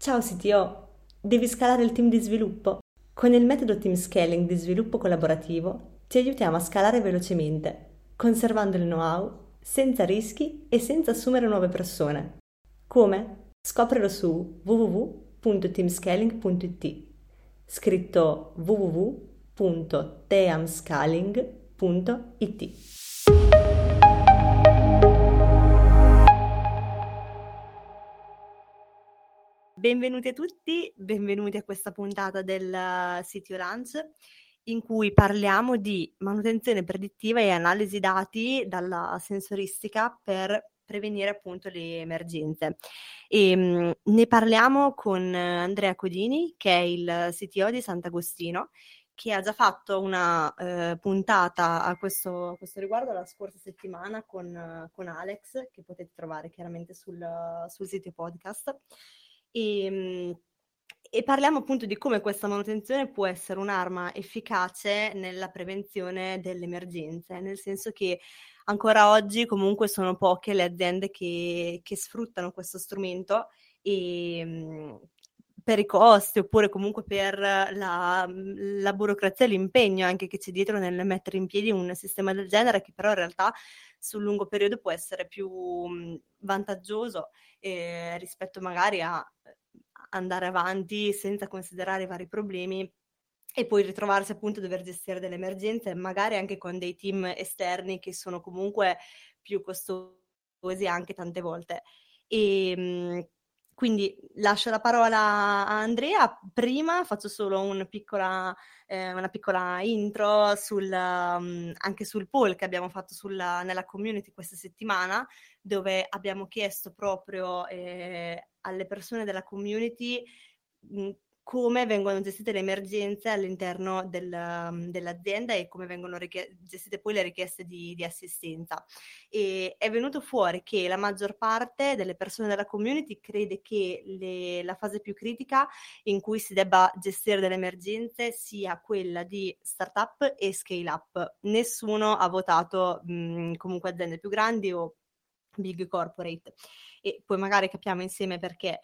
Ciao CTO, devi scalare il team di sviluppo? Con il metodo Team Scaling di sviluppo collaborativo ti aiutiamo a scalare velocemente, conservando il know-how, senza rischi e senza assumere nuove persone. Come? Scoprilo su www.teamscaling.it, scritto www.teamscaling.it. Benvenuti a tutti, benvenuti a questa puntata del CTO Lunch in cui parliamo di manutenzione predittiva e analisi dati dalla sensoristica per prevenire appunto le emergenze. Ne parliamo con Andrea Codini, che è il CTO di Sant'Agostino, che ha già fatto una puntata a questo riguardo la scorsa settimana con Alex, che potete trovare chiaramente sul sito podcast. E, e parliamo appunto di come questa manutenzione può essere un'arma efficace nella prevenzione delle emergenze, nel senso che ancora oggi comunque sono poche le aziende che sfruttano questo strumento e per i costi oppure comunque per la burocrazia e l'impegno anche che c'è dietro nel mettere in piedi un sistema del genere, che però in realtà sul lungo periodo può essere più vantaggioso rispetto magari a andare avanti senza considerare i vari problemi e poi ritrovarsi appunto a dover gestire delle emergenze, magari anche con dei team esterni che sono comunque più costosi anche tante volte. Quindi lascio la parola a Andrea. Prima faccio solo una piccola intro anche sul poll che abbiamo fatto nella community questa settimana, dove abbiamo chiesto proprio alle persone della community come vengono gestite le emergenze all'interno dell'azienda e come vengono gestite poi le richieste di assistenza. E è venuto fuori che la maggior parte delle persone della community crede che la fase più critica in cui si debba gestire delle emergenze sia quella di startup e scale up. Nessuno ha votato comunque aziende più grandi o big corporate, e poi magari capiamo insieme perché.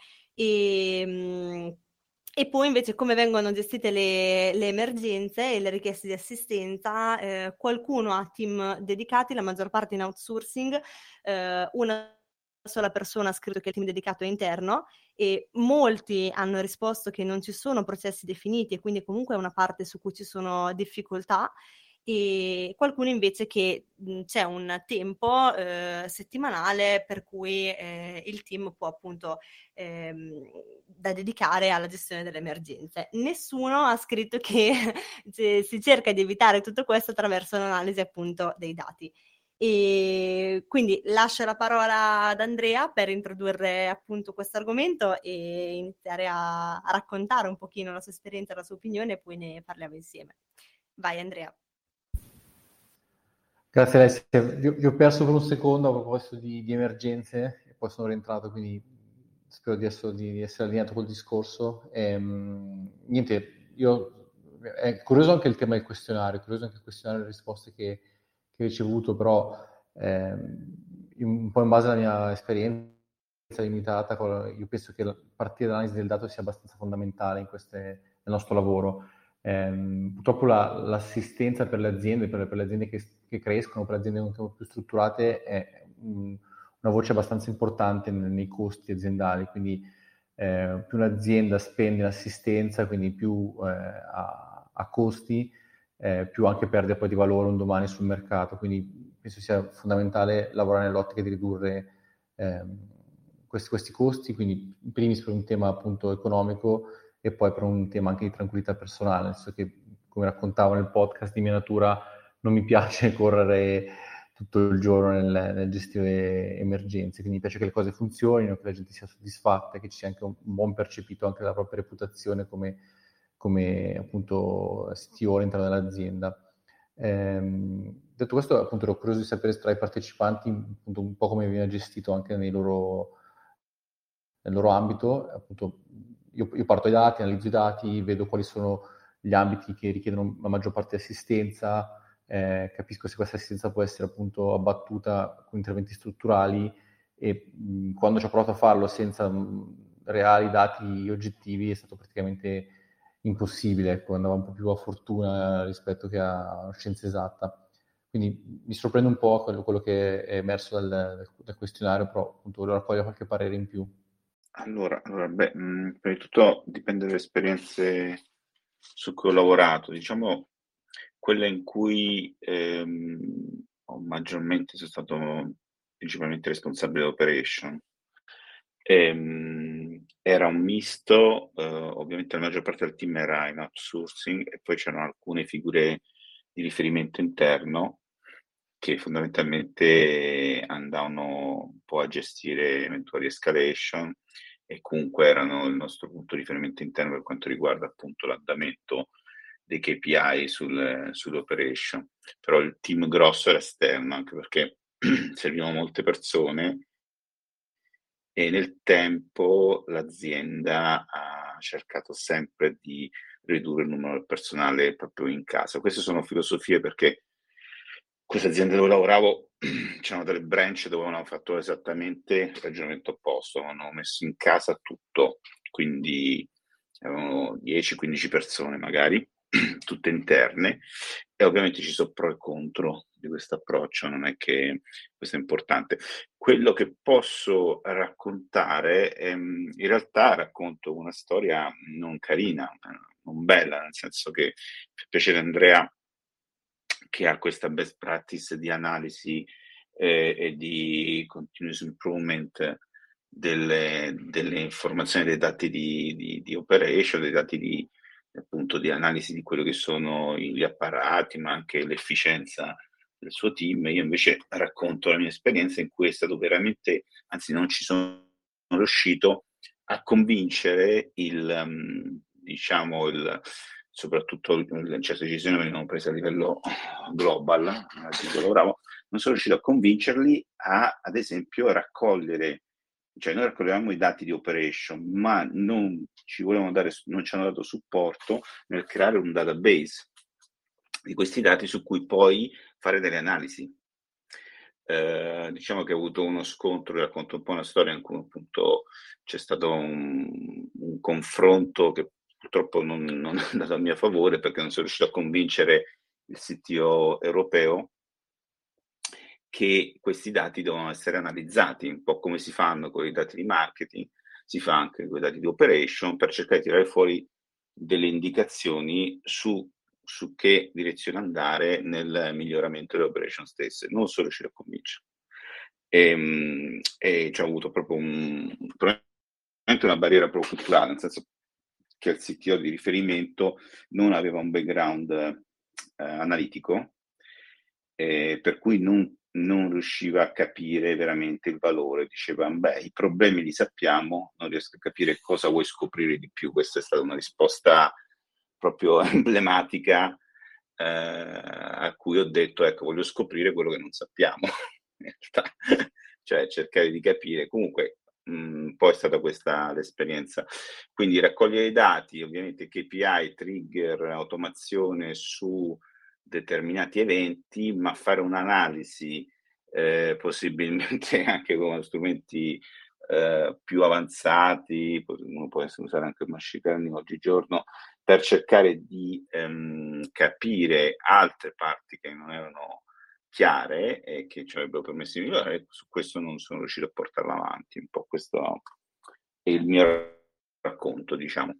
E poi invece come vengono gestite le emergenze e le richieste di assistenza, qualcuno ha team dedicati, la maggior parte in outsourcing, una sola persona ha scritto che il team dedicato è interno e molti hanno risposto che non ci sono processi definiti e quindi comunque è una parte su cui ci sono difficoltà, e qualcuno invece che c'è un tempo settimanale per cui il team può appunto da dedicare alla gestione delle emergenze. Nessuno ha scritto che si cerca di evitare tutto questo attraverso l'analisi appunto dei dati. E quindi lascio la parola ad Andrea per introdurre appunto questo argomento e iniziare a raccontare un pochino la sua esperienza, la sua opinione e poi ne parliamo insieme. Vai Andrea. Grazie Alessia. Vi ho perso per un secondo a proposito di emergenze e poi sono rientrato, quindi spero di essere allineato col discorso. Niente, è curioso anche il tema del questionario, è curioso anche il questionario e le risposte che ho ricevuto, però un po' in base alla mia esperienza limitata, io penso che partire dall'analisi del dato sia abbastanza fondamentale nel nostro lavoro. Purtroppo l'assistenza per le aziende, per le aziende che crescono, per le aziende un po' più strutturate, è una voce abbastanza importante nei costi aziendali, quindi più un'azienda spende in assistenza, quindi più ha costi, più anche perde poi di valore un domani sul mercato, quindi penso sia fondamentale lavorare nell'ottica di ridurre questi costi, quindi in primis per un tema appunto economico e poi per un tema anche di tranquillità personale, nel senso che, come raccontavo nel podcast, di mia natura non mi piace correre tutto il giorno nel gestire emergenze, quindi mi piace che le cose funzionino, che la gente sia soddisfatta, che ci sia anche un buon percepito anche della propria reputazione come appunto CTO all'interno dell'azienda. Detto questo, appunto ero curioso di sapere tra i partecipanti appunto, un po' come viene gestito anche nel loro ambito. Appunto, io parto dai dati, analizzo i dati, vedo quali sono gli ambiti che richiedono la maggior parte di assistenza, capisco se questa assistenza può essere appunto abbattuta con interventi strutturali e quando ci ho provato a farlo senza reali, dati oggettivi, è stato praticamente impossibile, ecco, andava un po' più a fortuna rispetto che a scienza esatta. Quindi mi sorprende un po' quello che è emerso dal questionario, però appunto volevo raccogliere qualche parere in più. Beh, prima di tutto dipende dalle esperienze su cui ho lavorato. Diciamo, quella in cui ho maggiormente sono stato principalmente responsabile dell'operation. Era un misto, ovviamente la maggior parte del team era in outsourcing e poi c'erano alcune figure di riferimento interno che fondamentalmente andavano un po' a gestire eventuali escalation e comunque erano il nostro punto di riferimento interno per quanto riguarda appunto l'andamento dei KPI sull'operation. Però il team grosso era esterno, anche perché servivano molte persone e nel tempo l'azienda ha cercato sempre di ridurre il numero del personale proprio in casa. Queste sono filosofie perché questa azienda dove lavoravo c'erano delle branch dove avevano fatto esattamente il ragionamento opposto, avevano messo in casa tutto, quindi avevano 10-15 persone magari, tutte interne, e ovviamente ci sono pro e contro di questo approccio, non è che questo è importante. Quello che posso raccontare, in realtà racconto una storia non carina, non bella, nel senso che per piacere Andrea, che ha questa best practice di analisi e di continuous improvement delle informazioni, dei dati di operation, dei dati appunto di analisi di quello che sono gli apparati, ma anche l'efficienza del suo team. Io invece racconto la mia esperienza in cui è stato veramente, anzi non ci sono riuscito a convincere soprattutto certe decisioni venivano prese a livello global, di cui lavoravo, non sono riuscito a convincerli ad esempio, raccogliere, cioè noi raccoglievamo i dati di operation, ma non ci hanno dato supporto nel creare un database di questi dati su cui poi fare delle analisi. Diciamo che ho avuto uno scontro, racconto un po' una storia in cui appunto c'è stato un confronto che purtroppo non è andato a mio favore perché non sono riuscito a convincere il CTO europeo che questi dati devono essere analizzati, un po' come si fanno con i dati di marketing, si fa anche con i dati di operation, per cercare di tirare fuori delle indicazioni su che direzione andare nel miglioramento delle operation stesse. Non sono riuscito a convincere. E ci ho avuto proprio probabilmente una barriera proprio culturale, nel senso che il CTO di riferimento non aveva un background analitico, per cui non riusciva a capire veramente il valore. Diceva, beh, i problemi li sappiamo, non riesco a capire cosa vuoi scoprire di più. Questa è stata una risposta proprio emblematica a cui ho detto, ecco, voglio scoprire quello che non sappiamo, in realtà, cioè cercare di capire. Comunque, poi è stata questa l'esperienza. Quindi raccogliere i dati, ovviamente KPI, trigger, automazione su determinati eventi, ma fare un'analisi possibilmente anche con strumenti più avanzati, uno può usare anche il machine learning oggigiorno, per cercare di capire altre parti che non erano chiare e che ci avrebbero permesso di migliorare. Su questo non sono riuscito a portarla avanti. Un po' questo è il mio racconto, diciamo.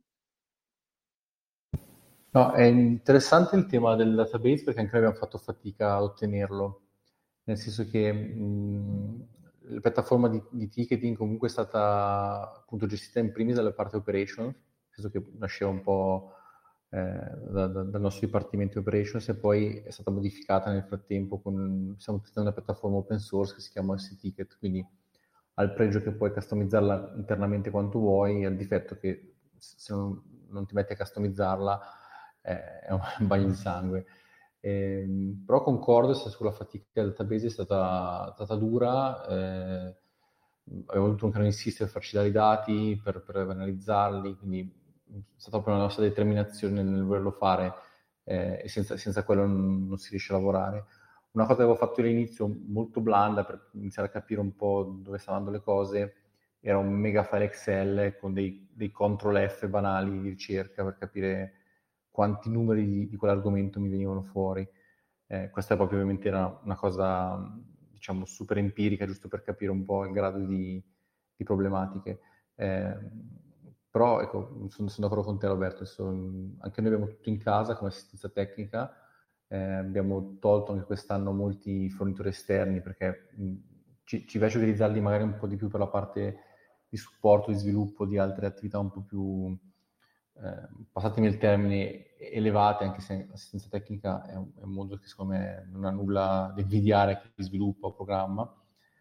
No, è interessante il tema del database perché anche noi abbiamo fatto fatica ad ottenerlo, nel senso che la piattaforma di ticketing comunque è stata appunto gestita in primis dalla parte operations, nel senso che nasceva un po' dal nostro dipartimento operations e poi è stata modificata nel frattempo stiamo utilizzando una piattaforma open source che si chiama S-Ticket, quindi ha il pregio che puoi customizzarla internamente quanto vuoi, ha il difetto che se non ti metti a customizzarla è un bagno di sangue. Però concordo sulla fatica del database è stata dura, abbiamo dovuto ancora insistere per farci dare i dati, per analizzarli, quindi è stata proprio la nostra determinazione nel volerlo fare e senza quello non si riesce a lavorare. Una cosa che avevo fatto all'inizio molto blanda per iniziare a capire un po' dove stavano le cose era un mega file Excel con dei control F banali di ricerca per capire quanti numeri di quell'argomento mi venivano fuori. Questa proprio ovviamente era una cosa, diciamo, super empirica, giusto per capire un po' il grado di problematiche. Però ecco, sono d'accordo con te, Roberto. Anche noi abbiamo tutto in casa come assistenza tecnica. Abbiamo tolto anche quest'anno molti fornitori esterni perché ci piace utilizzarli magari un po' di più per la parte di supporto, di sviluppo di altre attività un po' più, passatemi il termine, elevate, anche se l'assistenza tecnica è un mondo che secondo me non ha nulla da invidiare a chi sviluppa o programma.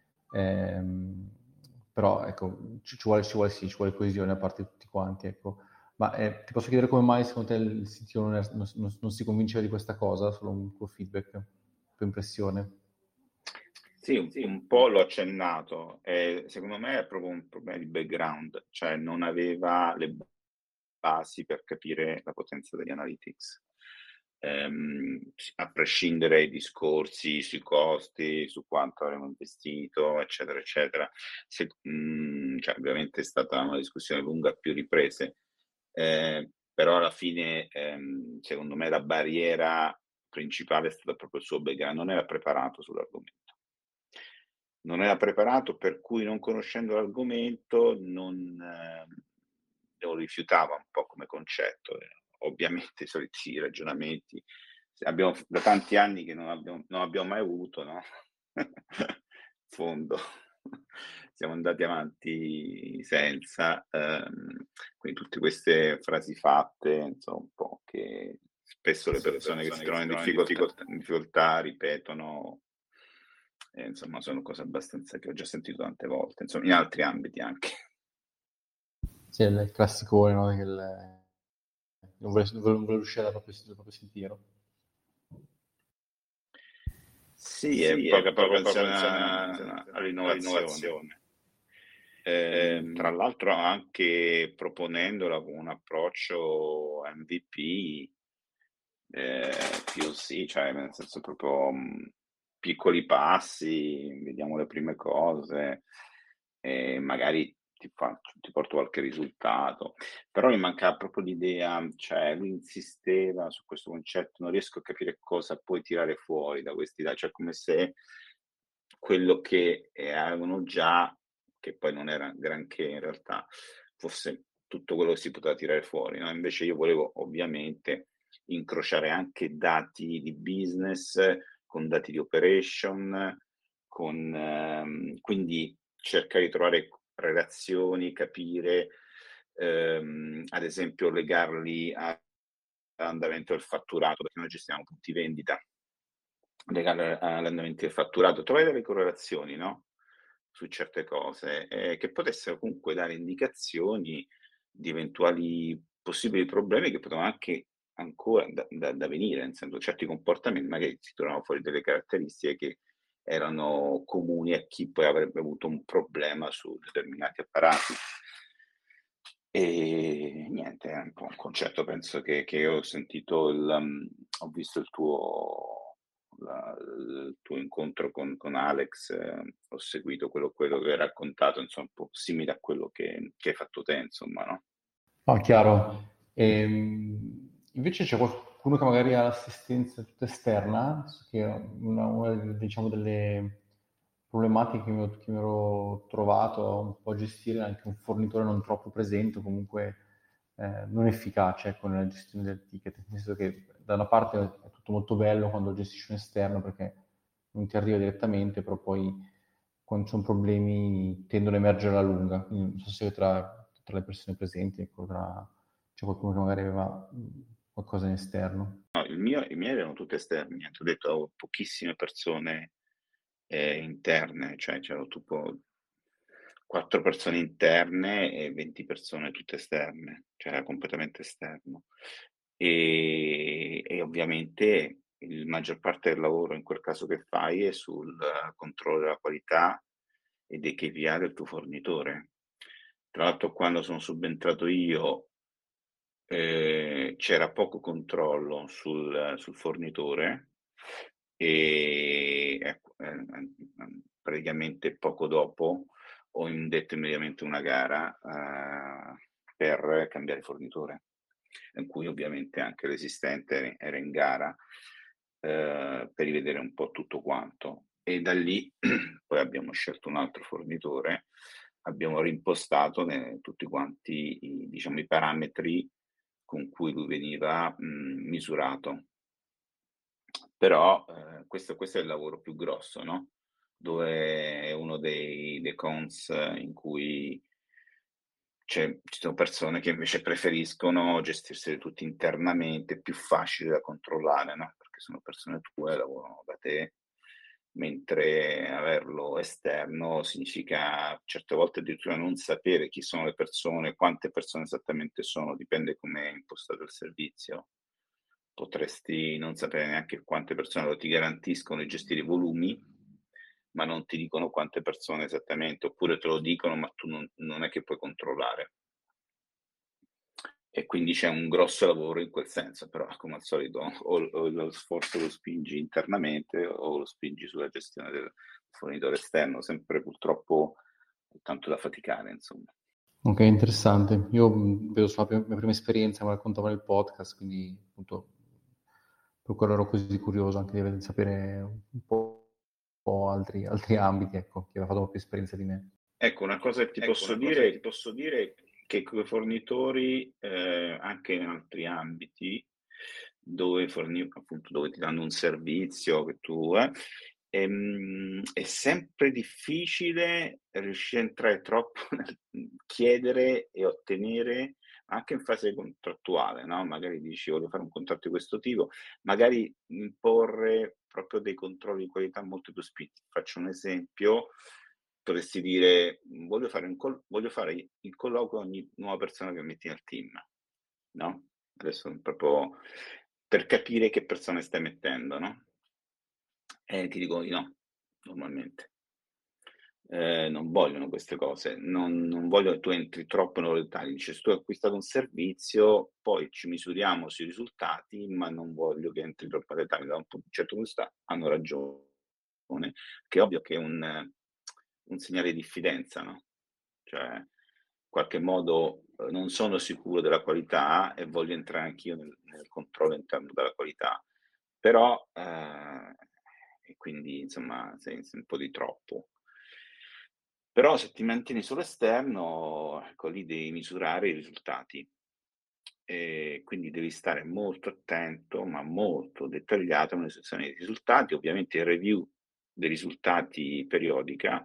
Però ecco, ci vuole coesione da parte di tutti quanti, ecco. Ma ti posso chiedere come mai secondo te il CTO non si convinceva di questa cosa? Solo un tuo feedback, tua impressione? Sì, un po' l'ho accennato. Secondo me è proprio un problema di background, cioè non aveva le basi per capire la potenza degli analytics. A prescindere dai discorsi sui costi, su quanto avremmo investito, eccetera, eccetera. Cioè, ovviamente è stata una discussione lunga a più riprese, però alla fine, secondo me, la barriera principale è stata proprio il suo background, non era preparato sull'argomento. Non era preparato, per cui non conoscendo l'argomento lo rifiutava un po' come concetto. Ovviamente i soliti ragionamenti abbiamo da tanti anni che non abbiamo mai avuto, no? Fondo. Siamo andati avanti senza, quindi tutte queste frasi fatte, insomma, un po' che spesso le persone che si trovano in difficoltà ripetono. Insomma, sono cose abbastanza che ho già sentito tante volte, insomma, in altri ambiti anche. Sì, il classicone, no? Non vuole uscire dal proprio sentiero. Sì, è poca propensione all'innovazione. Tra l'altro anche proponendola con un approccio MVP, POC, cioè nel senso proprio piccoli passi, vediamo le prime cose, e magari ti porto qualche risultato. Però mi mancava proprio l'idea, cioè lui insisteva su questo concetto, non riesco a capire cosa puoi tirare fuori da questi dati, cioè come se quello che avevano già, che poi non era granché in realtà, fosse tutto quello che si poteva tirare fuori, no? Invece io volevo ovviamente incrociare anche dati di business con dati di operation, quindi cercare di trovare relazioni, capire, ad esempio legarli all'andamento del fatturato, perché noi gestiamo punti vendita, legare all'andamento del fatturato, trovare delle correlazioni, no? Su certe cose, che potessero comunque dare indicazioni di eventuali possibili problemi che potevano anche ancora da venire, nel senso certi comportamenti magari si trovano fuori delle caratteristiche che erano comuni a chi poi avrebbe avuto un problema su determinati apparati. E niente, è un po' un concetto, penso che ho sentito, ho visto il tuo incontro con Alex, ho seguito quello che hai raccontato, insomma, un po' simile a quello che hai fatto te, insomma, no? No, chiaro. Invece c'è qualcuno che magari ha l'assistenza tutta esterna, che è una diciamo, delle problematiche che mi ero trovato un po' a gestire anche un fornitore non troppo presente, o comunque non efficace con la gestione del ticket, nel senso che da una parte è tutto molto bello quando gestisci un esterno perché non ti arriva direttamente, però poi quando ci sono problemi tendono a emergere alla lunga. Quindi non so se tra le persone presenti ecco, c'è qualcuno che magari aveva qualcosa in esterno. No, i miei erano tutti esterni, ti ho detto, avevo pochissime persone interne, cioè c'erano tipo 4 persone interne e 20 persone tutte esterne, cioè era completamente esterno. E ovviamente la maggior parte del lavoro in quel caso che fai è sul controllo della qualità e dei KPI del tuo fornitore. Tra l'altro quando sono subentrato io c'era poco controllo sul fornitore e praticamente poco dopo ho indetto immediatamente una gara per cambiare fornitore, in cui ovviamente anche l'esistente era in gara per rivedere un po' tutto quanto. E da lì poi abbiamo scelto un altro fornitore, abbiamo rimpostato tutti quanti diciamo, i parametri con cui lui veniva misurato. Però questo è il lavoro più grosso, no? Dove è uno dei cons in cui ci sono persone che invece preferiscono gestirseli tutti internamente, è più facile da controllare, no? Perché sono persone tue, lavorano da te, mentre averlo esterno significa certe volte addirittura non sapere chi sono le persone, quante persone esattamente sono, dipende come è impostato il servizio. Potresti non sapere neanche quante persone, lo ti garantiscono di gestire i volumi, ma non ti dicono quante persone esattamente, oppure te lo dicono, ma tu non è che puoi controllare. E quindi c'è un grosso lavoro in quel senso, però come al solito o lo sforzo lo spingi internamente o lo spingi sulla gestione del fornitore esterno, sempre purtroppo tanto da faticare, insomma. Ok, interessante. Io vedo sulla mia prima esperienza, mi raccontavo nel podcast, quindi appunto per quello ero così curioso anche di sapere un po' altri ambiti, ecco, chi aveva fatto più esperienza di me. Ecco, una cosa che ti posso dire che con i fornitori, anche in altri ambiti, appunto, dove ti danno un servizio che tu è sempre difficile riuscire a entrare troppo nel chiedere e ottenere, anche in fase contrattuale, no? Magari dici voglio fare un contratto di questo tipo, magari imporre proprio dei controlli di qualità molto più spinti. Faccio un esempio. Potresti dire voglio fare il colloquio ogni nuova persona che metti nel team, no? Adesso proprio per capire che persone stai mettendo, no? E ti dico di no, normalmente. Non vogliono queste cose, non voglio che tu entri troppo nei loro dettagli. Dice, se tu hai acquistato un servizio, poi ci misuriamo sui risultati, ma non voglio che entri troppo nei dettagli. Da un certo punto di vista hanno ragione, che è ovvio che è un segnale di diffidenza, no? Cioè, in qualche modo non sono sicuro della qualità e voglio entrare anch'io nel controllo interno della qualità, però, e quindi insomma, sei un po' di troppo. Però se ti mantieni sull'esterno, ecco, lì devi misurare i risultati. E quindi devi stare molto attento, ma molto dettagliato nelle sezioni dei risultati. Ovviamente il review dei risultati periodica,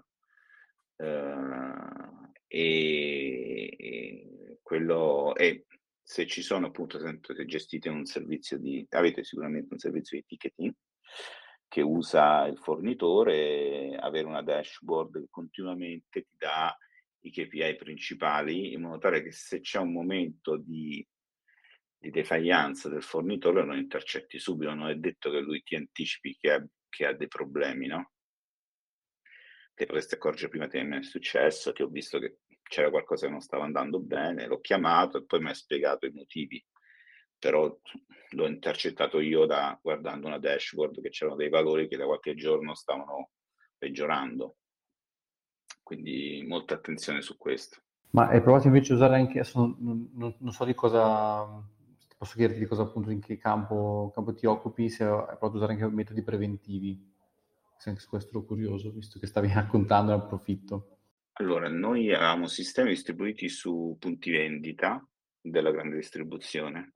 e quello è, se ci sono appunto, se gestite un servizio avete sicuramente un servizio di ticketing che usa il fornitore, avere una dashboard che continuamente ti dà i KPI principali, in modo tale che se c'è un momento di defaillance del fornitore lo intercetti subito, non è detto che lui ti anticipi che ha dei problemi, no? Te potresti accorgere prima te, mi è successo, che ho visto che c'era qualcosa che non stava andando bene, l'ho chiamato e poi mi ha spiegato i motivi, però l'ho intercettato io guardando una dashboard che c'erano dei valori che da qualche giorno stavano peggiorando, quindi molta attenzione su questo. Ma hai provato invece a usare anche, adesso non so di cosa, posso chiederti di cosa appunto, in che campo ti occupi, se hai provato a usare anche metodi preventivi, se anche su questo ero curioso, visto che stavi raccontando al profitto. Allora, noi avevamo sistemi distribuiti su punti vendita della grande distribuzione,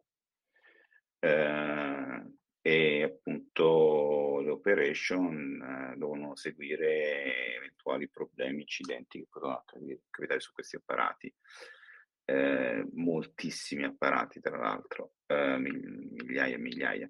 e appunto le operation dovevano seguire eventuali problemi, incidenti che potevano capitare su questi apparati. Moltissimi apparati, tra l'altro, migliaia e migliaia.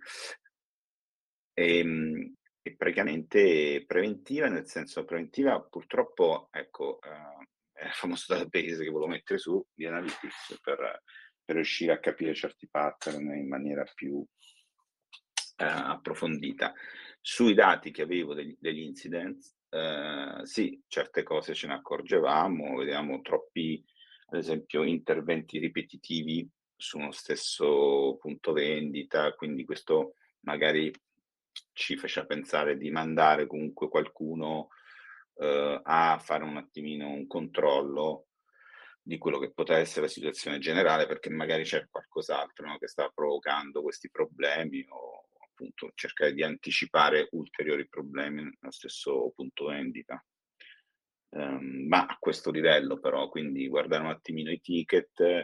E praticamente preventiva, nel senso preventiva purtroppo, ecco, è il famoso database che volevo mettere su di Analytics per riuscire a capire certi pattern in maniera più approfondita. Sui dati che avevo degli incidents, sì, certe cose ce ne accorgevamo, vedevamo troppi, ad esempio, interventi ripetitivi su uno stesso punto vendita, quindi questo magari ci faceva pensare di mandare comunque qualcuno a fare un attimino un controllo di quello che poteva essere la situazione generale, perché magari c'è qualcos'altro, no, che sta provocando questi problemi, o appunto cercare di anticipare ulteriori problemi nello stesso punto vendita. Ma a questo livello però, quindi guardare un attimino i ticket,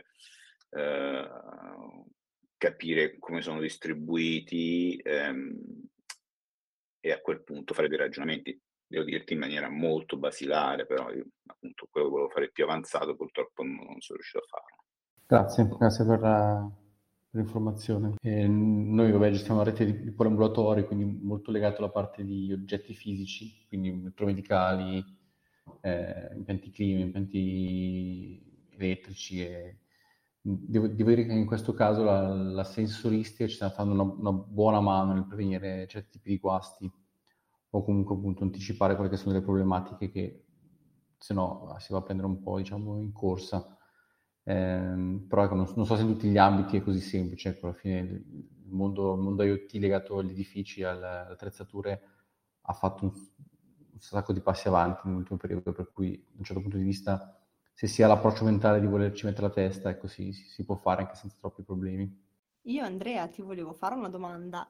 capire come sono distribuiti, e a quel punto fare dei ragionamenti. Devo dirti in maniera molto basilare, però io appunto quello che volevo fare più avanzato purtroppo non sono riuscito a farlo. Grazie per l'informazione. Noi vabbè, gestiamo una rete di poliambulatori, quindi molto legato alla parte di oggetti fisici, quindi elettromedicali, impianti clima, impianti elettrici. E devo dire che in questo caso la sensoristica ci sta dando una buona mano nel prevenire certi tipi di guasti, o comunque appunto anticipare quelle che sono delle problematiche che se no si va a prendere un po', diciamo, in corsa. Però ecco, non so se in tutti gli ambiti è così semplice. Ecco, alla fine il mondo IoT legato agli edifici, alle attrezzature, ha fatto un sacco di passi avanti nell'ultimo periodo, per cui da un certo punto di vista, se si ha l'approccio mentale di volerci mettere la testa, ecco, si può fare anche senza troppi problemi. Io, Andrea, ti volevo fare una domanda.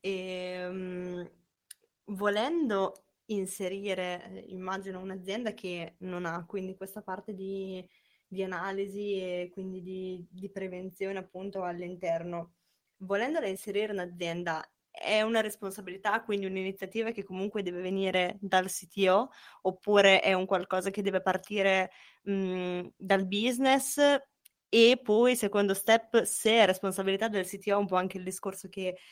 Volendo inserire, immagino, un'azienda che non ha quindi questa parte di analisi e quindi di prevenzione appunto all'interno, volendola inserire un'azienda, è una responsabilità, quindi un'iniziativa che comunque deve venire dal CTO, oppure è un qualcosa che deve partire dal business? E poi, secondo step, se è responsabilità del CTO, un po' anche il discorso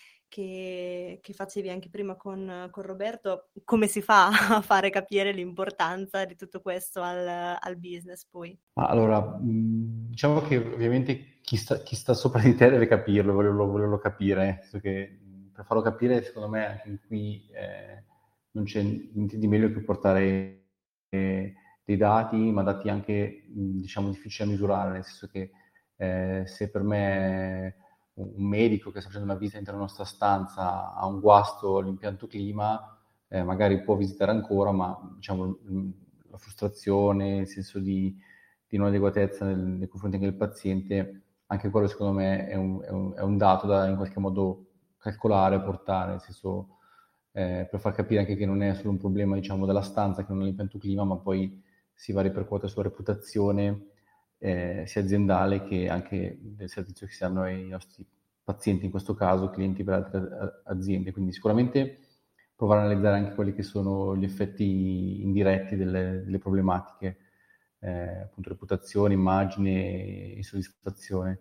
che facevi anche prima con Roberto, come si fa a fare capire l'importanza di tutto questo al business poi? Allora, diciamo che ovviamente chi sta sopra di te deve capirlo, volerlo capire, nel senso che per farlo capire, secondo me, anche qui non c'è niente di meglio che portare dei dati, ma dati anche, diciamo, difficili a misurare, nel senso che se per me un medico che sta facendo una visita all'interno della nostra stanza ha un guasto all'impianto clima, magari può visitare ancora, ma diciamo la frustrazione, il senso di non adeguatezza nei confronti anche del paziente, anche quello secondo me è un dato da in qualche modo calcolare, portare, nel senso per far capire anche che non è solo un problema, diciamo, della stanza, che non è l'impianto clima, ma poi si va a ripercuotere sulla reputazione sia aziendale che anche del servizio che si danno ai nostri pazienti, in questo caso clienti per altre aziende. Quindi sicuramente provare a analizzare anche quelli che sono gli effetti indiretti delle problematiche, appunto reputazione, immagine, insoddisfazione,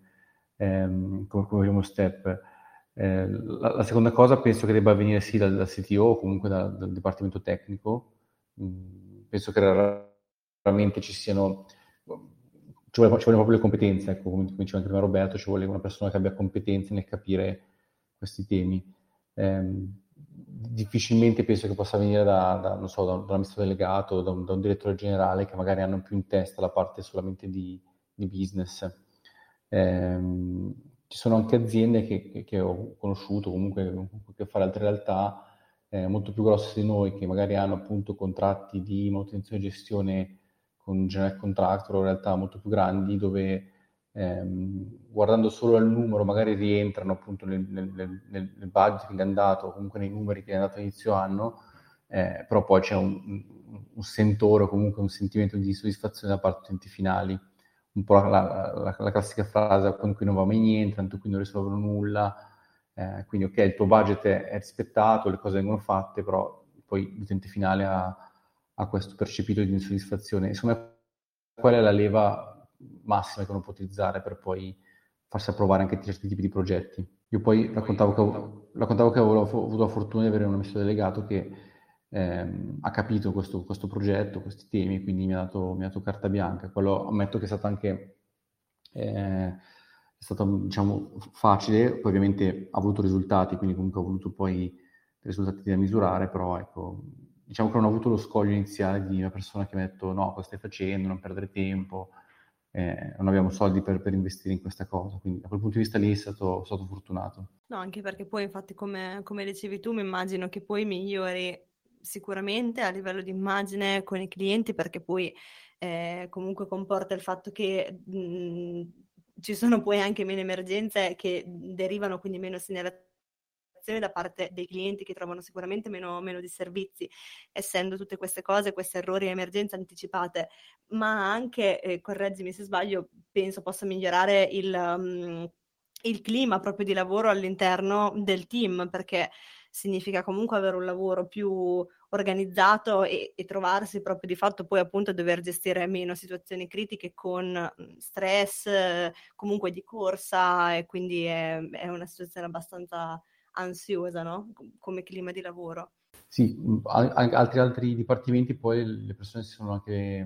come primo step. La seconda cosa penso che debba venire sì dal CTO o comunque dal dipartimento tecnico. Penso che raramente ci siano, ci vogliono proprio le competenze, ecco, come diceva anche prima Roberto, ci vuole una persona che abbia competenze nel capire questi temi. Difficilmente penso che possa venire non so, da un amministratore delegato, da un direttore generale, che magari hanno più in testa la parte solamente di business. Ci sono anche aziende che ho conosciuto, comunque a che fare altre realtà molto più grosse di noi, che magari hanno appunto contratti di manutenzione e gestione con general contractor, o realtà molto più grandi, dove guardando solo al numero magari rientrano appunto nel budget che gli hanno dato, o comunque nei numeri che gli hanno dato a inizio anno, però poi c'è un sentore o comunque un sentimento di soddisfazione da parte degli utenti finali, un po' la classica frase con cui non va mai niente, tanto qui non risolvono nulla, quindi ok, il tuo budget è rispettato, le cose vengono fatte, però poi l'utente finale ha questo percepito di insoddisfazione. E secondo me qual è la leva massima che uno può utilizzare per poi farsi approvare anche certi tipi di progetti. Io poi raccontavo che avevo avuto la fortuna di avere un amministratore delegato che ha capito questo progetto, questi temi, quindi mi ha dato carta bianca. Quello ammetto che è stato anche è stato, diciamo, facile, poi ovviamente ha avuto risultati, quindi comunque ha voluto poi dei risultati da misurare, però ecco, diciamo che non ho avuto lo scoglio iniziale di una persona che mi ha detto no, cosa stai facendo, non perdere tempo, non abbiamo soldi per investire in questa cosa, quindi da quel punto di vista lì sono stato fortunato. No, anche perché poi infatti come dicevi tu mi immagino che poi migliori sicuramente a livello di immagine con i clienti, perché poi comunque comporta il fatto che ci sono poi anche meno emergenze che derivano, quindi meno segnalazioni da parte dei clienti, che trovano sicuramente meno disservizi, essendo tutte queste cose, questi errori e emergenze anticipate, ma anche, correggimi se sbaglio, penso possa migliorare il clima proprio di lavoro all'interno del team, perché significa comunque avere un lavoro più organizzato e trovarsi proprio di fatto poi appunto a dover gestire meno situazioni critiche con stress, comunque di corsa, e quindi è una situazione abbastanza ansiosa, no? Come clima di lavoro. Sì, altri dipartimenti poi le persone si sono anche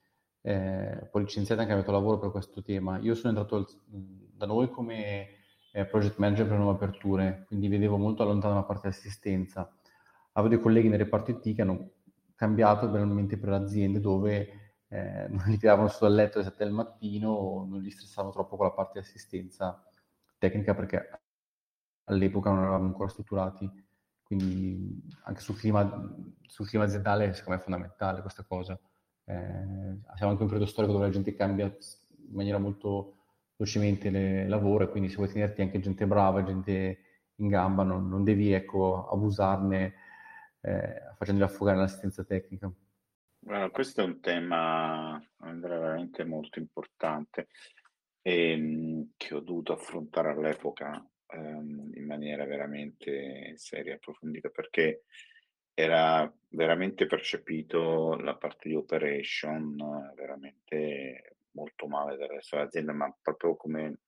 poi licenziate, anche avendo lavoro per questo tema. Io sono entrato da noi come project manager per nuove aperture, quindi vedevo molto allontano la parte di assistenza. Avevo dei colleghi nel reparto IT che hanno cambiato veramente per aziende dove non li tiravano su dal letto alle 7 del mattino, o non li stressavano troppo con la parte di assistenza tecnica, perché all'epoca non eravamo ancora strutturati. Quindi anche sul clima aziendale secondo me è fondamentale questa cosa. Siamo anche in un periodo storico dove la gente cambia in maniera molto velocemente il lavoro, e quindi se vuoi tenerti anche gente brava, gente in gamba, non devi, ecco, abusarne facendoli affogare nell'assistenza tecnica. Questo è un tema, Andrea, veramente molto importante, che ho dovuto affrontare all'epoca in maniera veramente seria e approfondita, perché era veramente percepito la parte di operation veramente molto male dal resto dell'azienda, ma proprio come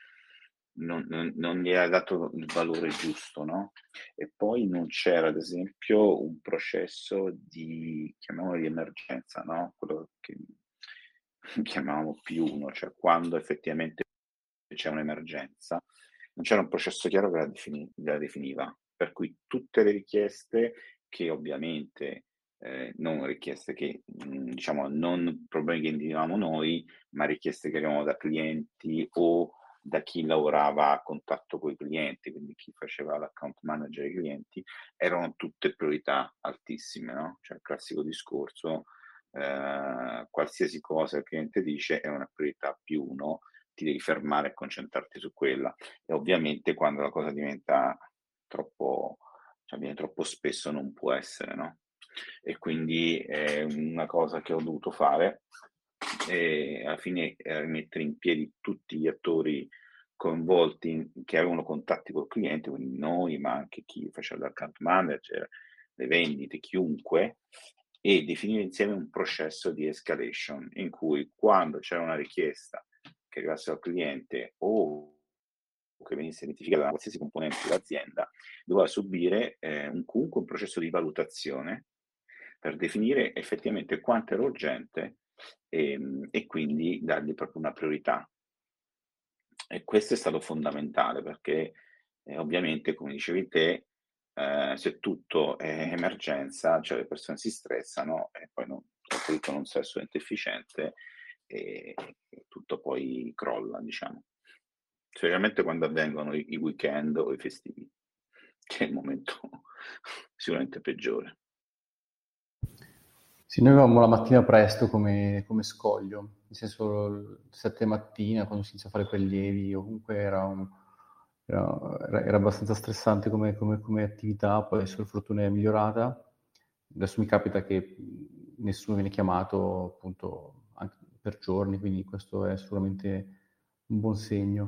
non gli ha dato il valore giusto, no? E poi non c'era, ad esempio, un processo chiamiamolo di emergenza, no? Quello che chiamavamo P1, cioè quando effettivamente c'è un'emergenza, non c'era un processo chiaro che la definiva, per cui tutte le richieste che ovviamente non richieste che diciamo non problemi che individuavamo noi, ma richieste che avevamo da clienti o da chi lavorava a contatto con i clienti, quindi chi faceva l'account manager ai clienti, erano tutte priorità altissime, no? Cioè il classico discorso, qualsiasi cosa il cliente dice è una priorità più uno, ti devi fermare e concentrarti su quella. E ovviamente quando la cosa diventa troppo, cioè viene troppo spesso, non può essere, no? E quindi è una cosa che ho dovuto fare, e alla fine mettere in piedi tutti gli attori coinvolti che avevano contatti col cliente, quindi noi, ma anche chi faceva l'account manager, le vendite, chiunque, e definire insieme un processo di escalation in cui quando c'era una richiesta che arrivasse al cliente o che venisse identificata da qualsiasi componente dell'azienda, doveva subire comunque un processo di valutazione per definire effettivamente quanto era urgente e quindi dargli proprio una priorità. E questo è stato fondamentale perché ovviamente, come dicevi te, se tutto è emergenza, cioè le persone si stressano e poi soprattutto non sei assolutamente efficiente e tutto poi crolla, diciamo. Specialmente quando avvengono i weekend o i festivi, che è il momento sicuramente peggiore. Sì, noi avevamo la mattina presto come scoglio, nel senso 7 mattina, quando si inizia a fare prelievi, o comunque era abbastanza stressante come attività, poi adesso per fortuna è migliorata. Adesso mi capita che nessuno viene chiamato appunto anche per giorni, quindi questo è sicuramente un buon segno.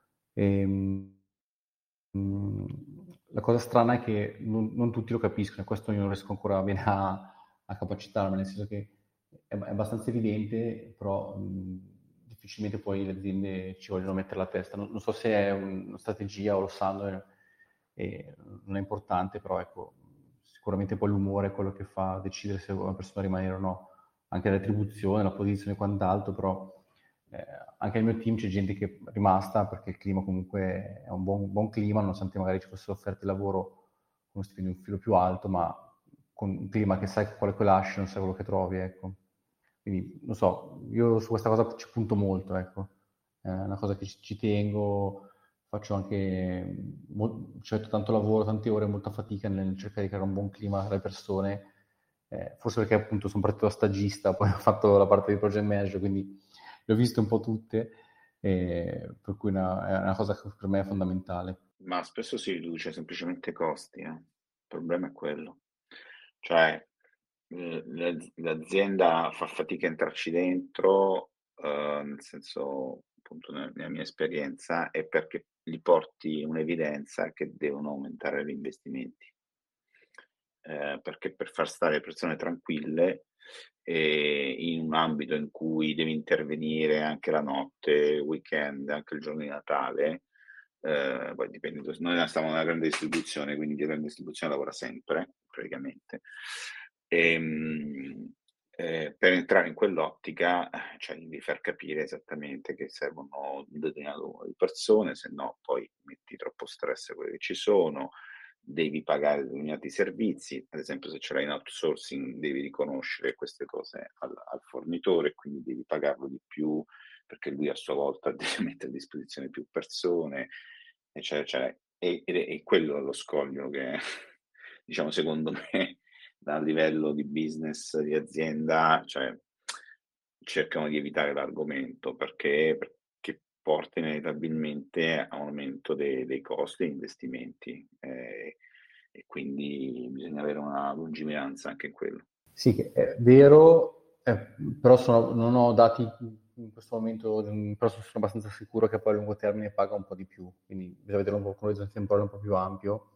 La cosa strana è che non tutti lo capiscono, e questo io non riesco ancora bene a capacitarmi, nel senso che è abbastanza evidente, però difficilmente poi le aziende ci vogliono mettere la testa. Non so se è una strategia o lo sanno, e non è importante, però ecco, sicuramente poi l'umore è quello che fa decidere se una persona rimanere o no, anche la retribuzione, la posizione e quant'altro, però anche nel mio team c'è gente che è rimasta perché il clima comunque è un buon clima, nonostante magari ci fossero offerte di lavoro con uno stipendio un filo più alto, ma con un clima che sai quello che lasci, non sai quello che trovi, ecco. Quindi, non so, io su questa cosa ci punto molto, ecco. È una cosa che ci tengo, faccio anche, c'è tanto lavoro, tante ore, molta fatica nel cercare di creare un buon clima tra le persone, forse perché appunto sono partito da stagista, poi ho fatto la parte di project manager, quindi le ho viste un po' tutte, per cui è una cosa che per me è fondamentale. Ma spesso si riduce semplicemente i costi, eh. Il problema è quello. Cioè, l'azienda fa fatica a entrarci dentro, nel senso, appunto, nella mia esperienza, è perché gli porti un'evidenza che devono aumentare gli investimenti. Perché per far stare le persone tranquille, in un ambito in cui devi intervenire anche la notte, weekend, anche il giorno di Natale, poi dipende, noi stiamo nella grande distribuzione, quindi la grande distribuzione lavora sempre, praticamente. Per entrare in quell'ottica, cioè devi far capire esattamente che servono un determinato numero di persone, se no poi metti troppo stress a quelli che ci sono, devi pagare determinati servizi, ad esempio se ce l'hai in outsourcing devi riconoscere queste cose al fornitore, quindi devi pagarlo di più perché lui a sua volta deve mettere a disposizione più persone, eccetera, eccetera. E quello è lo scoglio che, diciamo, secondo me, dal livello di business di azienda, cioè, cercano di evitare l'argomento perché porta inevitabilmente a un aumento dei costi e investimenti, e quindi bisogna avere una lungimiranza anche in quello. Sì, che è vero, però non ho dati in questo momento, però sono abbastanza sicuro che poi a lungo termine paga un po' di più, quindi bisogna vedere un po' con un orizzonte temporale un po' più ampio.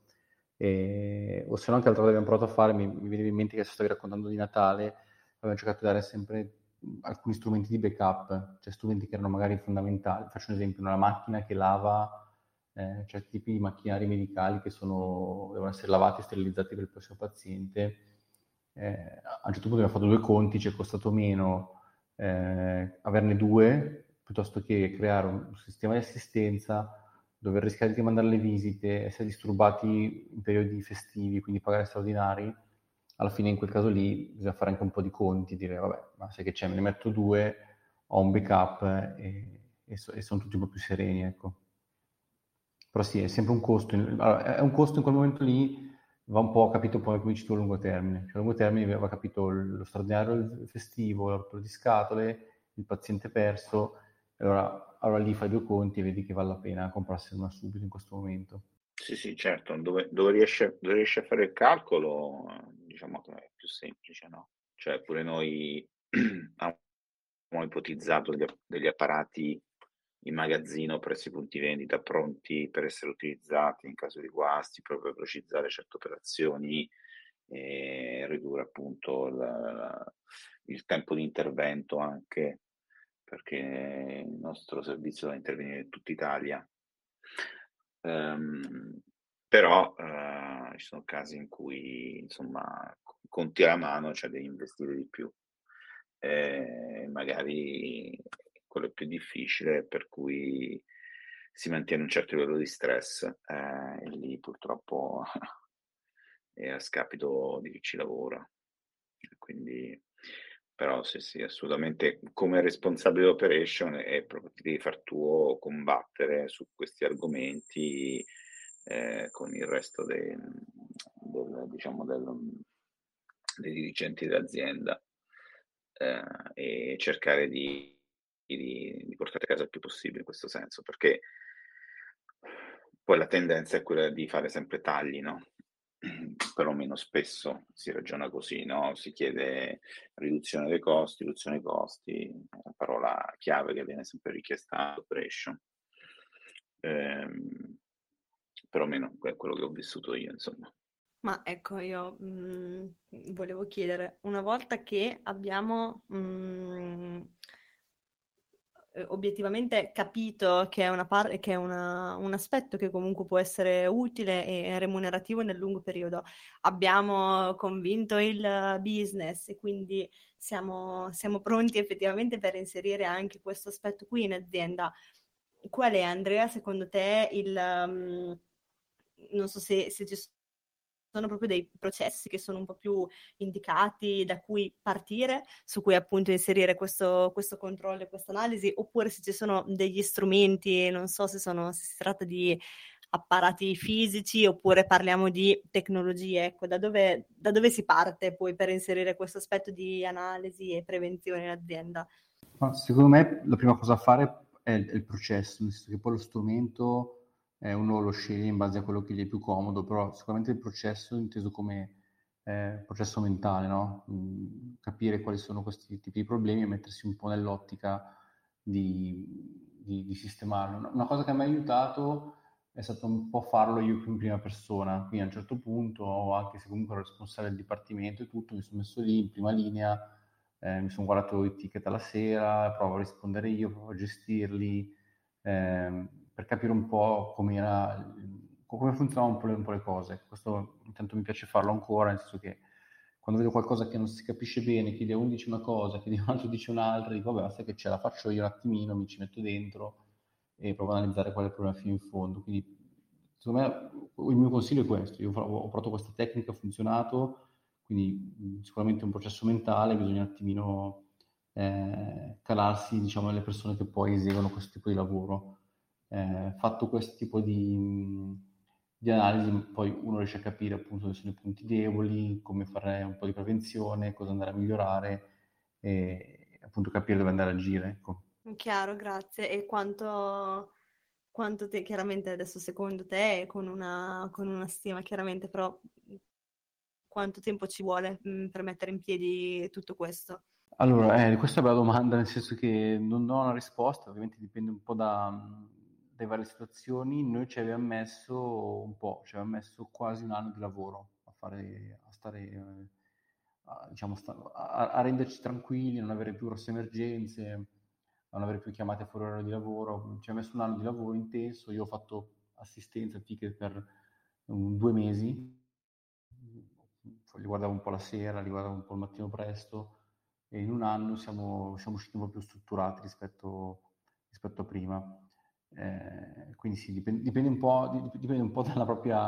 O se no anche l'altra volta che abbiamo provato a fare, mi veniva in mente che stavi raccontando di Natale, abbiamo cercato di dare sempre alcuni strumenti di backup, cioè strumenti che erano magari fondamentali. Faccio un esempio, una macchina che lava certi tipi di macchinari medicali che devono essere lavati e sterilizzati per il prossimo paziente. A un certo punto abbiamo fatto due conti, ci è costato meno averne due piuttosto che creare un sistema di assistenza, dover rischiare di mandare le visite, essere disturbati in periodi festivi, quindi pagare straordinari. Alla fine in quel caso lì bisogna fare anche un po' di conti, dire vabbè, ma sai che c'è, me ne metto due, ho un backup e sono tutti un po' più sereni, ecco. Però sì, è sempre un costo. Allora, è un costo in quel momento lì, va un po' capito poi come dici tu a lungo termine. Cioè, a lungo termine va capito lo straordinario il festivo, la rottura di scatole, il paziente perso, e allora lì fai due conti e vedi che vale la pena comprarsene subito in questo momento. Sì, sì, certo, dove riesci a fare il calcolo, diciamo che è più semplice, no? Cioè, pure noi abbiamo ipotizzato degli apparati in magazzino presso i punti vendita pronti per essere utilizzati in caso di guasti, proprio per velocizzare certe operazioni e ridurre appunto il tempo di intervento anche, perché il nostro servizio deve intervenire in tutta Italia. Però ci sono casi in cui insomma conti alla mano, cioè devi investire di più. Magari quello è più difficile, per cui si mantiene un certo livello di stress, e lì purtroppo è a scapito di chi ci lavora. Quindi, però sì, sì, assolutamente come responsabile operation è proprio ti devi far tuo combattere su questi argomenti con il resto diciamo, dei dirigenti dell'azienda, e cercare di portare a casa il più possibile in questo senso, perché poi la tendenza è quella di fare sempre tagli, no? Perlomeno spesso si ragiona così, no? Si chiede riduzione dei costi, la parola chiave che viene sempre richiesta all'operation. Perlomeno è quello che ho vissuto io, insomma. Ma ecco, io volevo chiedere, una volta che abbiamo obiettivamente capito che è, che è un aspetto che comunque può essere utile e remunerativo nel lungo periodo, abbiamo convinto il business e quindi siamo pronti effettivamente per inserire anche questo aspetto qui in azienda. Qual è, Andrea, secondo te non so se ci sono proprio dei processi che sono un po' più indicati da cui partire, su cui appunto inserire questo controllo e questa analisi, oppure se ci sono degli strumenti, non so se si tratta di apparati fisici oppure parliamo di tecnologie, ecco, da dove si parte poi per inserire questo aspetto di analisi e prevenzione in azienda? Ma secondo me la prima cosa da fare è il processo, nel senso che poi lo strumento uno lo sceglie in base a quello che gli è più comodo, però sicuramente il processo inteso come processo mentale, no? Capire quali sono questi tipi di problemi e mettersi un po' nell'ottica di sistemarlo. Una cosa che mi ha aiutato è stato un po' farlo io in prima persona, quindi a un certo punto, anche se comunque ero responsabile del dipartimento e tutto, mi sono messo lì in prima linea, mi sono guardato i ticket alla sera, provo a rispondere io, provo a gestirli, per capire un po' come funzionavano un po' le cose. Questo intanto mi piace farlo ancora, nel senso che quando vedo qualcosa che non si capisce bene, che uno dice una cosa, che un altro dice un'altra, dico vabbè, sai che ce la faccio io un attimino, mi ci metto dentro e provo ad analizzare qual è il problema fino in fondo. Quindi secondo me il mio consiglio è questo, io ho provato questa tecnica, ha funzionato, quindi sicuramente è un processo mentale, bisogna un attimino calarsi, diciamo, nelle persone che poi eseguono questo tipo di lavoro. Fatto questo tipo di analisi, poi uno riesce a capire appunto dove sono i punti deboli, come fare un po' di prevenzione, cosa andare a migliorare e appunto capire dove andare a agire. Ecco. Chiaro, grazie. E quanto te, chiaramente adesso secondo te, con una stima chiaramente, però quanto tempo ci vuole per mettere in piedi tutto questo? Allora, questa è una bella domanda, nel senso che non ho una risposta, ovviamente dipende un po' dalle varie situazioni. Noi ci avevamo messo un po', ci avevamo messo quasi un anno di lavoro a stare, diciamo, a renderci tranquilli, a non avere più grosse emergenze, a non avere più chiamate fuori orario di lavoro. Ci ha messo un anno di lavoro intenso, io ho fatto assistenza, ticket per 2 mesi, li guardavo un po' la sera, li guardavo un po' il mattino presto, e in un anno siamo usciti un po' più strutturati rispetto a prima. Quindi sì, dipende un po' dal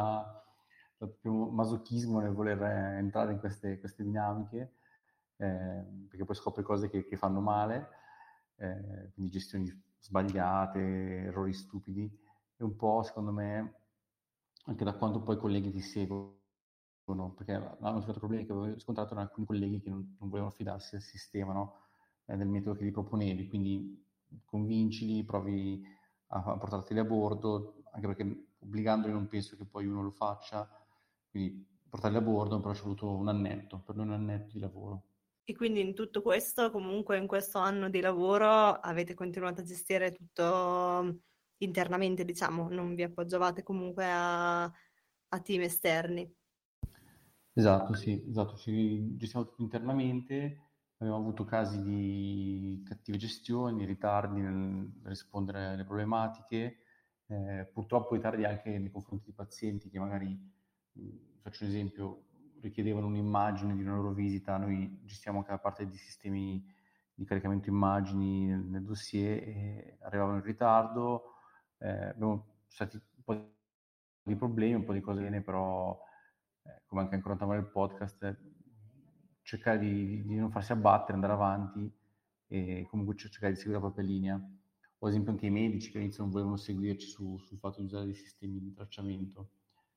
proprio masochismo nel voler entrare in queste dinamiche, perché poi scopri cose che fanno male, quindi gestioni sbagliate, errori stupidi, e un po', secondo me, anche da quanto poi i colleghi ti seguono, perché hanno trovato problemi che avevo riscontrato in alcuni colleghi che non volevano fidarsi del sistema, no? Del metodo che gli proponevi, quindi convincili, provi a portarteli a bordo, anche perché obbligandoli non penso che poi uno lo faccia, quindi portarli a bordo, però ci è voluto per noi un annetto di lavoro. E quindi in tutto questo, comunque in questo anno di lavoro, avete continuato a gestire tutto internamente, diciamo, non vi appoggiavate comunque a team esterni. Esatto, sì, esatto, ci gestiamo tutto internamente, abbiamo avuto casi di cattive gestioni, ritardi nel rispondere alle problematiche, purtroppo ritardi anche nei confronti di pazienti che magari, faccio un esempio, richiedevano un'immagine di una loro visita, noi gestiamo anche la parte di sistemi di caricamento immagini nel dossier e arrivavano in ritardo, abbiamo stati un po' di problemi, un po' di cose bene, però come anche raccontavamo nel podcast, cercare di non farsi abbattere, andare avanti e comunque cercare di seguire la propria linea. O ad esempio anche i medici che all'inizio non volevano seguirci sul fatto di usare dei sistemi di tracciamento.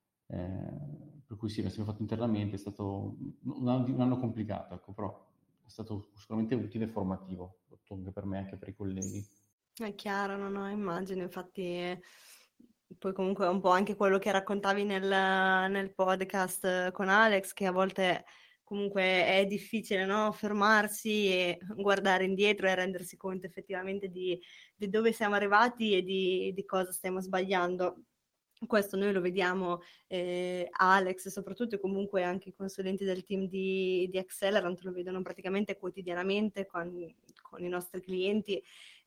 Per cui sì, l'abbiamo fatto internamente, è stato un anno complicato, ecco, però è stato sicuramente utile e formativo, anche per me, anche per i colleghi. È chiaro, no, immagino, infatti poi comunque è un po' anche quello che raccontavi nel podcast con Alex, che a volte comunque è difficile, no? Fermarsi e guardare indietro e rendersi conto effettivamente di dove siamo arrivati e di cosa stiamo sbagliando. Questo noi lo vediamo, Alex e soprattutto comunque anche i consulenti del team di Accelerant lo vedono praticamente quotidianamente con i nostri clienti.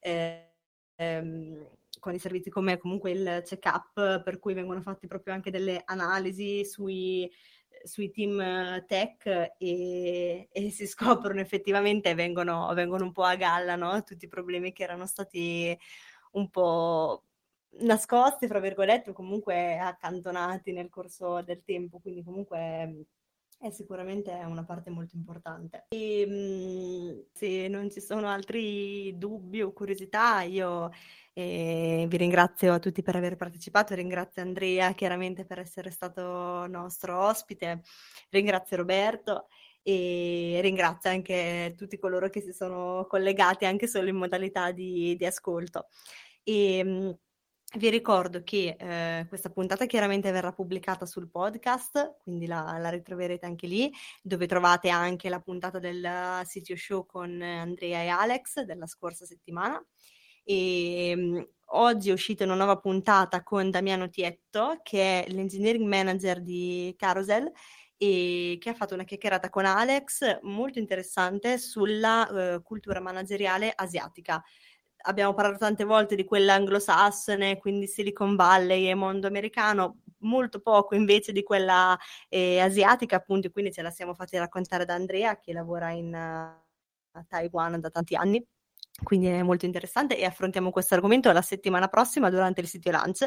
Con i servizi come comunque il check-up, per cui vengono fatti proprio anche delle analisi sui team tech e si scoprono effettivamente e vengono un po' a galla, no? Tutti i problemi che erano stati un po' nascosti, fra virgolette, o comunque accantonati nel corso del tempo, quindi comunque è sicuramente una parte molto importante. Se non ci sono altri dubbi o curiosità, io vi ringrazio a tutti per aver partecipato, ringrazio Andrea chiaramente per essere stato nostro ospite, ringrazio Roberto e ringrazio anche tutti coloro che si sono collegati anche solo in modalità di ascolto. Vi ricordo che questa puntata chiaramente verrà pubblicata sul podcast, quindi la ritroverete anche lì, dove trovate anche la puntata del CTO Show con Andrea e Alex della scorsa settimana. Oggi è uscita una nuova puntata con Damiano Tietto, che è l'engineering manager di Carousel, e che ha fatto una chiacchierata con Alex molto interessante sulla cultura manageriale asiatica. Abbiamo parlato tante volte di quella anglosassone, quindi Silicon Valley e mondo americano, molto poco invece di quella asiatica, appunto, e quindi ce la siamo fatti raccontare da Andrea, che lavora a Taiwan da tanti anni. Quindi è molto interessante e affrontiamo questo argomento la settimana prossima durante il sito Lunch.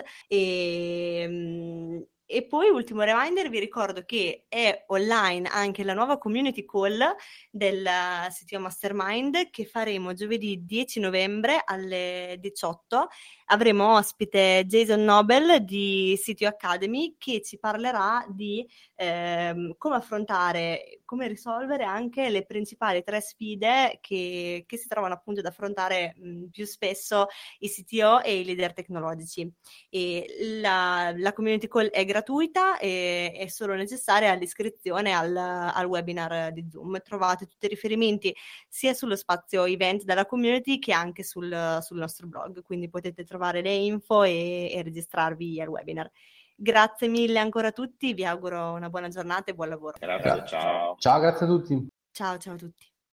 E poi, ultimo reminder, vi ricordo che è online anche la nuova community call del CTO Mastermind che faremo giovedì 10 novembre alle 18. Avremo ospite Jason Nobel di CTO Academy che ci parlerà di come affrontare, come risolvere anche le principali 3 sfide che si trovano appunto ad affrontare più spesso i CTO e i leader tecnologici. E la community call è gratuita e è solo necessaria l'iscrizione al webinar di Zoom. Trovate tutti i riferimenti sia sullo spazio event della community che anche sul nostro blog, quindi potete trovare le info e registrarvi al webinar. Grazie mille ancora a tutti, vi auguro una buona giornata e buon lavoro. Grazie, ciao. Ciao, grazie a tutti. Ciao a tutti.